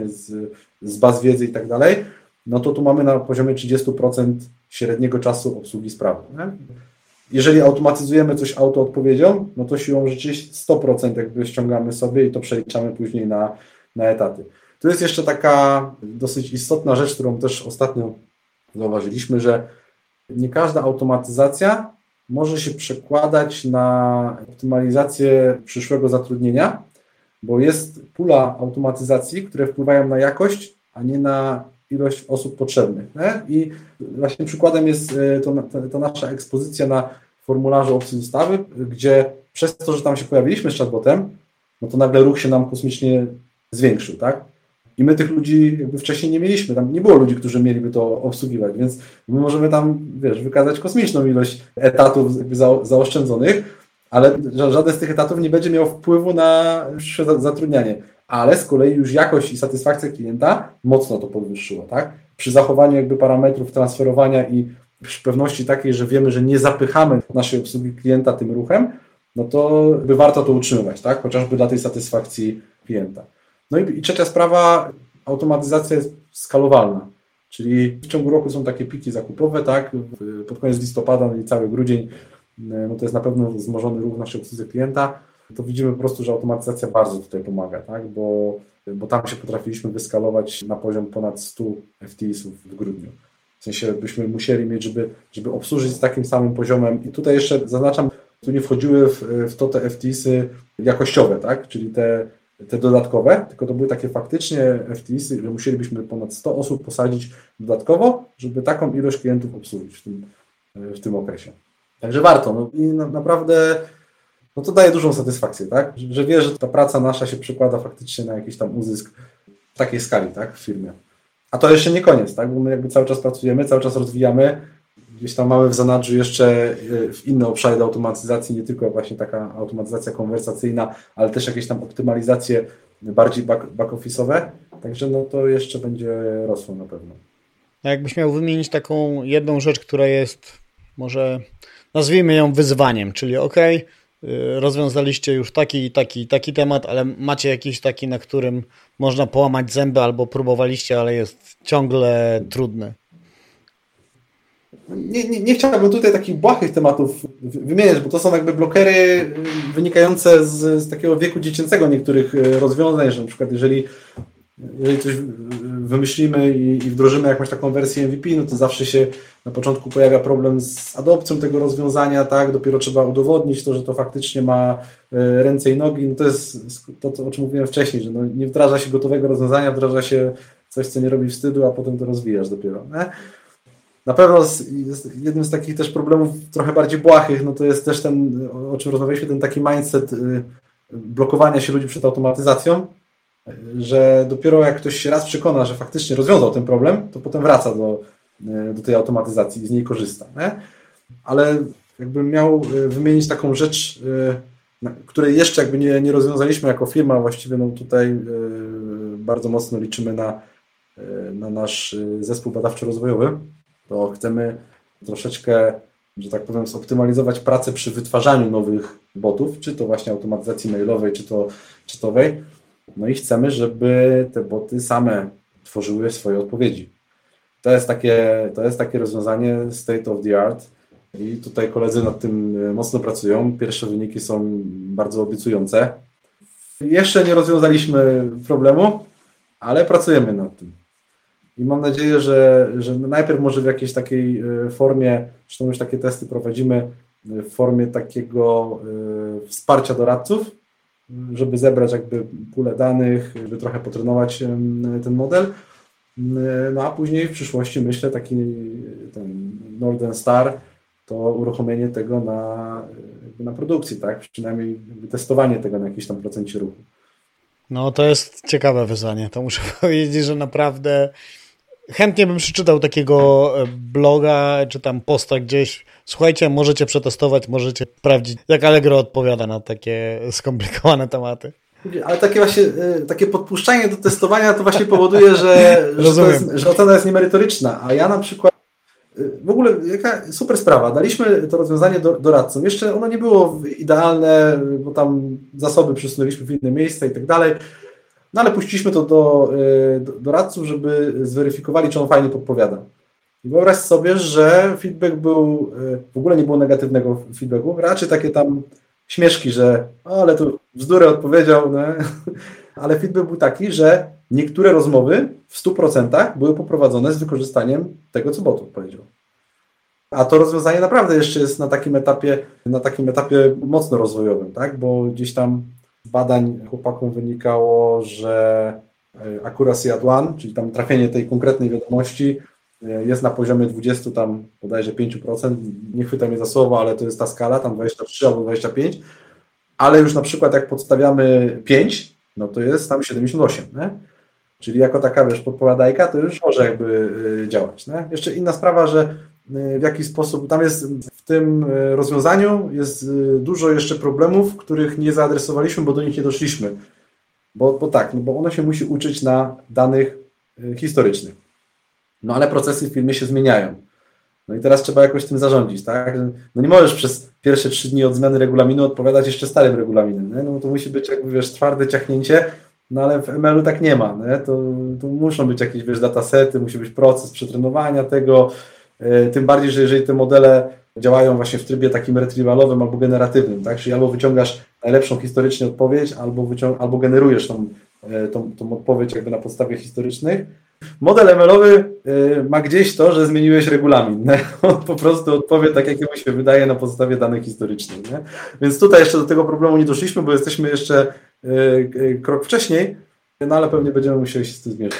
z baz wiedzy i tak dalej, no to tu mamy na poziomie 30% średniego czasu obsługi sprawy. Nie? Jeżeli automatyzujemy coś autoodpowiedzią, no to siłą rzeczy 100% jakby ściągamy sobie i to przeliczamy później na etaty. Tu jest jeszcze taka dosyć istotna rzecz, którą też ostatnio zauważyliśmy, że nie każda automatyzacja może się przekładać na optymalizację przyszłego zatrudnienia, bo jest pula automatyzacji, które wpływają na jakość, a nie na ilość osób potrzebnych. Nie? I właśnie przykładem jest to nasza ekspozycja na formularzu opcji ustawy, gdzie przez to, że tam się pojawiliśmy z chatbotem, no to nagle ruch się nam kosmicznie zwiększył, tak? I my tych ludzi jakby wcześniej nie mieliśmy, tam nie było ludzi, którzy mieliby to obsługiwać, więc my możemy tam, wykazać kosmiczną ilość etatów jakby zaoszczędzonych, ale żaden z tych etatów nie będzie miał wpływu na przyszłe zatrudnianie. Ale z kolei już jakość i satysfakcja klienta mocno to podwyższyła, tak? Przy zachowaniu jakby parametrów transferowania i przy pewności takiej, że wiemy, że nie zapychamy naszej obsługi klienta tym ruchem, no to by warto to utrzymywać, tak? Chociażby dla tej satysfakcji klienta. No i trzecia sprawa, automatyzacja jest skalowalna, czyli w ciągu roku są takie piki zakupowe, tak? Pod koniec listopada, no i cały grudzień, no to jest na pewno wzmożony ruch naszej obsłudze klienta. To widzimy po prostu, że automatyzacja bardzo tutaj pomaga, tak? Bo tam się potrafiliśmy wyskalować na poziom ponad 100 FTS-ów w grudniu. W sensie byśmy musieli mieć, żeby obsłużyć z takim samym poziomem. I tutaj jeszcze zaznaczam, tu nie wchodziły w to te FTS-y jakościowe, tak? Czyli te dodatkowe, tylko to były takie faktycznie FTS-y, że musielibyśmy ponad 100 osób posadzić dodatkowo, żeby taką ilość klientów obsłużyć w tym okresie. Także warto. No i naprawdę no to daje dużą satysfakcję, tak? Że wiesz, że ta praca nasza się przekłada faktycznie na jakiś tam uzysk w takiej skali, tak? W firmie. A to jeszcze nie koniec, tak? Bo my jakby cały czas pracujemy, cały czas rozwijamy. gdzieś tam mamy w zanadrzu jeszcze inne obszary do automatyzacji, nie tylko właśnie taka automatyzacja konwersacyjna, ale też jakieś tam optymalizacje bardziej back-office'owe, także no to jeszcze będzie rosło na pewno. A jakbyś miał wymienić taką jedną rzecz, która jest może nazwijmy ją wyzwaniem, czyli rozwiązaliście już taki temat, ale macie jakiś taki, na którym można połamać zęby albo próbowaliście, ale jest ciągle trudny. Nie chciałbym tutaj takich błahych tematów wymieniać, bo to są jakby blokery wynikające z takiego wieku dziecięcego niektórych rozwiązań, że na przykład jeżeli coś wymyślimy i wdrożymy jakąś taką wersję MVP, no to zawsze się na początku pojawia problem z adopcją tego rozwiązania, tak? Dopiero trzeba udowodnić to, że to faktycznie ma ręce i nogi. No to jest to, o czym mówiłem wcześniej, że no nie wdraża się gotowego rozwiązania, wdraża się coś, co nie robi wstydu, a potem to rozwijasz dopiero. Nie? Na pewno jednym z takich też problemów trochę bardziej błahych, no to jest też ten, o czym rozmawialiśmy, ten taki mindset blokowania się ludzi przed automatyzacją, że dopiero jak ktoś się raz przekona, że faktycznie rozwiązał ten problem, to potem wraca do tej automatyzacji i z niej korzysta. Nie? Ale jakbym miał wymienić taką rzecz, której jeszcze jakby nie rozwiązaliśmy jako firma, właściwie no tutaj bardzo mocno liczymy na nasz zespół badawczo-rozwojowy, to chcemy troszeczkę, że tak powiem, zoptymalizować pracę przy wytwarzaniu nowych botów, czy to właśnie automatyzacji mailowej, czy to czytowej. No i chcemy, żeby te boty same tworzyły swoje odpowiedzi. To jest takie rozwiązanie state of the art i tutaj koledzy nad tym mocno pracują. Pierwsze wyniki są bardzo obiecujące. Jeszcze nie rozwiązaliśmy problemu, ale pracujemy nad tym. I mam nadzieję, że najpierw może w jakiejś takiej formie, zresztą już takie testy prowadzimy, w formie takiego wsparcia doradców, żeby zebrać jakby pulę danych, żeby trochę potrenować ten model. No a później w przyszłości myślę taki ten Northern Star to uruchomienie tego na produkcji, tak? Przynajmniej testowanie tego na jakimś tam procencie ruchu. No to jest ciekawe wyzwanie. To muszę powiedzieć, że naprawdę chętnie bym przeczytał takiego bloga, czy tam posta gdzieś. Słuchajcie, możecie przetestować, możecie sprawdzić, jak Allegro odpowiada na takie skomplikowane tematy. Ale takie podpuszczanie do testowania to właśnie powoduje, że ocena jest niemerytoryczna. A ja na przykład, w ogóle jaka super sprawa, daliśmy to rozwiązanie doradcom. Jeszcze ono nie było idealne, bo tam zasoby przesunęliśmy w inne miejsca i tak dalej. No ale puściliśmy to do doradców, żeby zweryfikowali, czy on fajnie podpowiada. I wyobraź sobie, że feedback był, w ogóle nie było negatywnego feedbacku, raczej takie tam śmieszki, że ale tu bzdurę odpowiedział, no. Ale feedback był taki, że niektóre rozmowy w 100% były poprowadzone z wykorzystaniem tego, co bot odpowiedział. A to rozwiązanie naprawdę jeszcze jest na takim etapie mocno rozwojowym, tak? Bo gdzieś tam z badań chłopakom wynikało, że accuracy at one, czyli tam trafienie tej konkretnej wiadomości jest na poziomie 20 tam bodajże 5%, nie chwytam mnie za słowo, ale to jest ta skala, tam 23 albo 25, ale już na przykład jak podstawiamy 5, no to jest tam 78, nie? Czyli jako taka, podpowiadajka, to już może jakby działać, nie? Jeszcze inna sprawa, że w jaki sposób, tam jest w tym rozwiązaniu jest dużo jeszcze problemów, których nie zaadresowaliśmy, bo do nich nie doszliśmy, bo ono się musi uczyć na danych historycznych. No ale procesy w firmie się zmieniają. No i teraz trzeba jakoś tym zarządzić, tak? No nie możesz przez pierwsze 3 dni od zmiany regulaminu odpowiadać jeszcze starym regulaminem, nie? No to musi być jakby, twarde ciachnięcie, no ale w ML-u tak nie ma, nie? To muszą być jakieś, datasety, musi być proces przetrenowania tego, tym bardziej, że jeżeli te modele działają właśnie w trybie takim retrievalowym albo generatywnym, tak? Czyli albo wyciągasz najlepszą historycznie odpowiedź, albo generujesz tą odpowiedź jakby na podstawie historycznych. Model ML-owy ma gdzieś to, że zmieniłeś regulamin. Nie? On po prostu odpowie tak, jak mu się wydaje na podstawie danych historycznych. Nie? Więc tutaj jeszcze do tego problemu nie doszliśmy, bo jesteśmy jeszcze krok wcześniej, no ale pewnie będziemy musieli się z tym zmierzyć.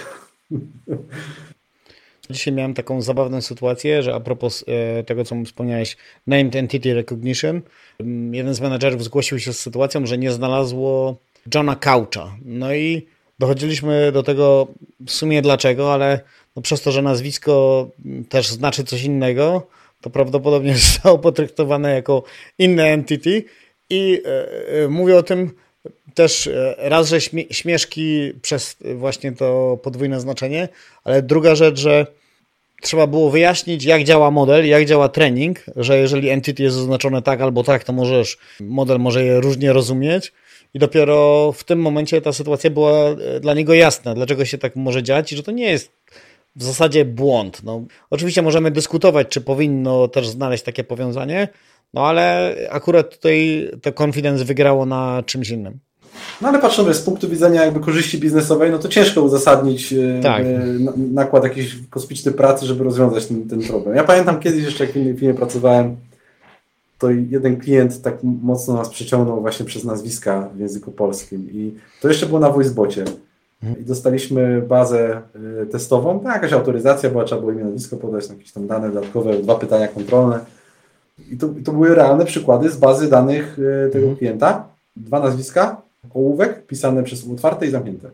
Dzisiaj miałem taką zabawną sytuację, że a propos tego, co wspomniałeś, Named Entity Recognition, jeden z menadżerów zgłosił się z sytuacją, że nie znalazło Johna Coucha. No i dochodziliśmy do tego w sumie dlaczego, ale no przez to, że nazwisko też znaczy coś innego, to prawdopodobnie zostało potraktowane jako inne entity i mówię o tym też raz, że śmieszki przez właśnie to podwójne znaczenie, ale druga rzecz, że trzeba było wyjaśnić, jak działa model, jak działa trening, że jeżeli entity jest oznaczone tak albo tak, to model może je różnie rozumieć i dopiero w tym momencie ta sytuacja była dla niego jasna, dlaczego się tak może dziać i że to nie jest w zasadzie błąd. No, oczywiście możemy dyskutować, czy powinno też znaleźć takie powiązanie, no ale akurat tutaj to confidence wygrało na czymś innym. No ale patrzymy, z punktu widzenia jakby korzyści biznesowej, no to ciężko uzasadnić nakład jakiejś kosmicznej pracy, żeby rozwiązać ten problem. Ja pamiętam kiedyś jeszcze, jak w innej firmie pracowałem, to jeden klient tak mocno nas przyciągnął właśnie przez nazwiska w języku polskim i to jeszcze było na VoiceBocie. I dostaliśmy bazę testową, jakaś autoryzacja była, trzeba było imię, nazwisko podać, jakieś tam dane dodatkowe, 2 pytania kontrolne. I to były realne przykłady z bazy danych tego klienta. 2 nazwiska, ołówek pisane przez otwarte i zamknięte.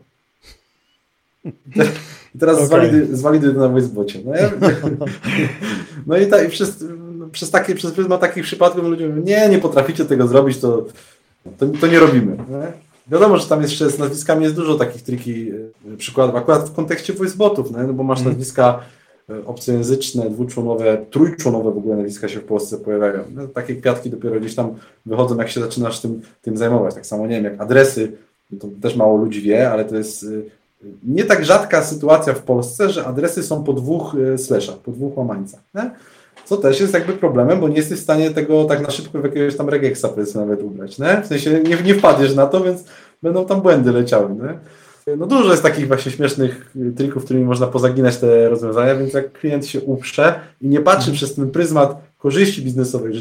I teraz zwaliduj to na VoiceBocie. No i przez pryzmat takich przypadków ludzie mówią, nie potraficie tego zrobić, to nie robimy. Nie? Wiadomo, że tam jeszcze z nazwiskami jest dużo takich triki przykładów, akurat w kontekście voicebotów, no bo masz nazwiska obcojęzyczne, 2-członowe, 3-członowe w ogóle nazwiska się w Polsce pojawiają. No, takie kwiatki dopiero gdzieś tam wychodzą, jak się zaczynasz tym zajmować. Tak samo, nie wiem, jak adresy, to też mało ludzi wie, ale to jest nie tak rzadka sytuacja w Polsce, że adresy są po 2 slashach, po 2 łamańcach. Nie? Co też jest jakby problemem, bo nie jesteś w stanie tego tak na szybko w jakiegoś tam regexa powiedzmy nawet ubrać. Nie? W sensie nie wpadniesz na to, więc będą tam błędy leciały. Nie? No dużo jest takich właśnie śmiesznych trików, którymi można pozaginać te rozwiązania, więc jak klient się uprze i nie patrzy przez ten pryzmat korzyści biznesowej, że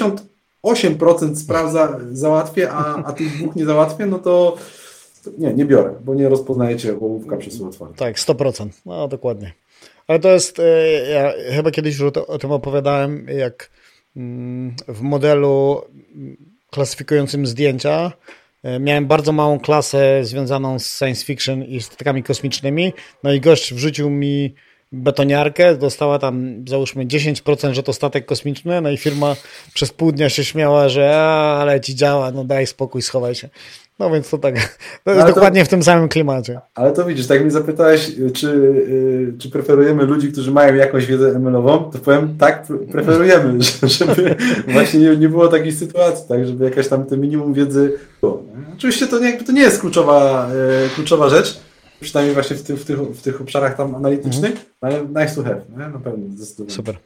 98% spraw załatwię, a tych 2 nie załatwię, no to nie biorę, bo nie rozpoznajecie ołówka przez otwarte. Tak, 100%. No dokładnie. Ale to jest, ja chyba kiedyś już o tym opowiadałem, jak w modelu klasyfikującym zdjęcia miałem bardzo małą klasę związaną z science fiction i statkami kosmicznymi, no i gość wrzucił mi betoniarkę, dostała tam załóżmy 10%, że to statek kosmiczny, no i firma przez pół dnia się śmiała, że ale ci działa, no daj spokój, schowaj się. No więc to tak, to jest dokładnie w tym samym klimacie. Ale to widzisz, tak mnie zapytałeś, czy preferujemy ludzi, którzy mają jakąś wiedzę ML-ową, to powiem tak, preferujemy, żeby właśnie nie było takiej sytuacji, tak, żeby jakaś tam to minimum wiedzy było. Oczywiście to nie jest kluczowa rzecz, przynajmniej właśnie w tych obszarach tam analitycznych, ale nice to have, nie? Na pewno, zdecydowanie. Super.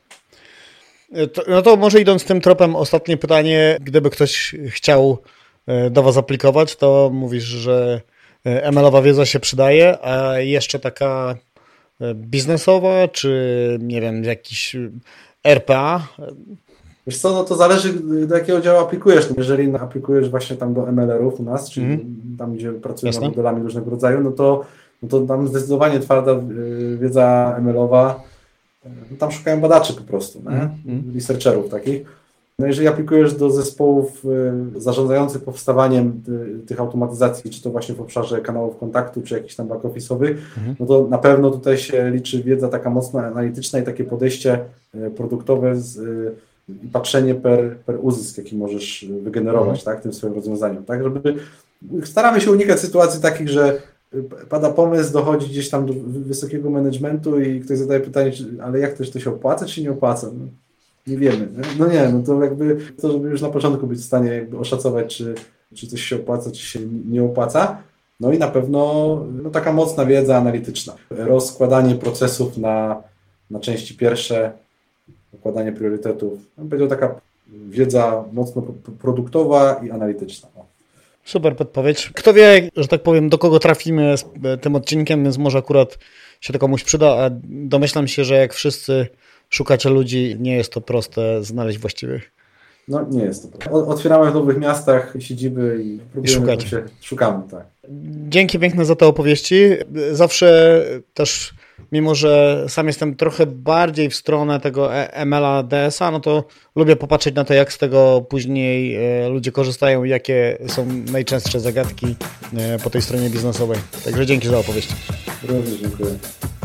No to może idąc tym tropem, ostatnie pytanie, gdyby ktoś chciał do Was aplikować, to mówisz, że ML-owa wiedza się przydaje, a jeszcze taka biznesowa, czy nie wiem, jakiś RPA? Wiesz co, no to zależy, do jakiego działu aplikujesz. Jeżeli aplikujesz właśnie tam do ML-erów u nas, czyli tam, gdzie pracujemy nad modelami różnego rodzaju, no to tam zdecydowanie twarda wiedza ML-owa, no tam szukają badaczy po prostu, researcherów takich. No jeżeli aplikujesz do zespołów zarządzających powstawaniem tych automatyzacji, czy to właśnie w obszarze kanałów kontaktu, czy jakichś tam back-office'owych, no to na pewno tutaj się liczy wiedza taka mocno analityczna i takie podejście produktowe i patrzenie per uzysk, jaki możesz wygenerować tak, tym swoim rozwiązaniem. Tak, staramy się unikać sytuacji takich, że pada pomysł, dochodzi gdzieś tam do wysokiego managementu i ktoś zadaje pytanie, ale jak to się opłaca, czy nie opłaca? No, nie wiemy. No to jakby to, żeby już na początku być w stanie jakby oszacować, czy coś się opłaca, czy się nie opłaca. No i na pewno taka mocna wiedza analityczna. Rozkładanie procesów na części pierwsze, układanie priorytetów. Będzie taka wiedza mocno produktowa i analityczna. Super podpowiedź. Kto wie, że tak powiem, do kogo trafimy z tym odcinkiem, więc może akurat się to komuś przyda, a domyślam się, że jak wszyscy szukacie ludzi, nie jest to proste znaleźć właściwych. No nie jest to proste. Otwieramy w nowych miastach siedziby i próbujemy szukamy, tak. Dzięki piękne za te opowieści. Zawsze też, mimo że sam jestem trochę bardziej w stronę tego ML-a, DS-a, no to lubię popatrzeć na to, jak z tego później ludzie korzystają i jakie są najczęstsze zagadki po tej stronie biznesowej. Także dzięki za opowieść. Również dziękuję.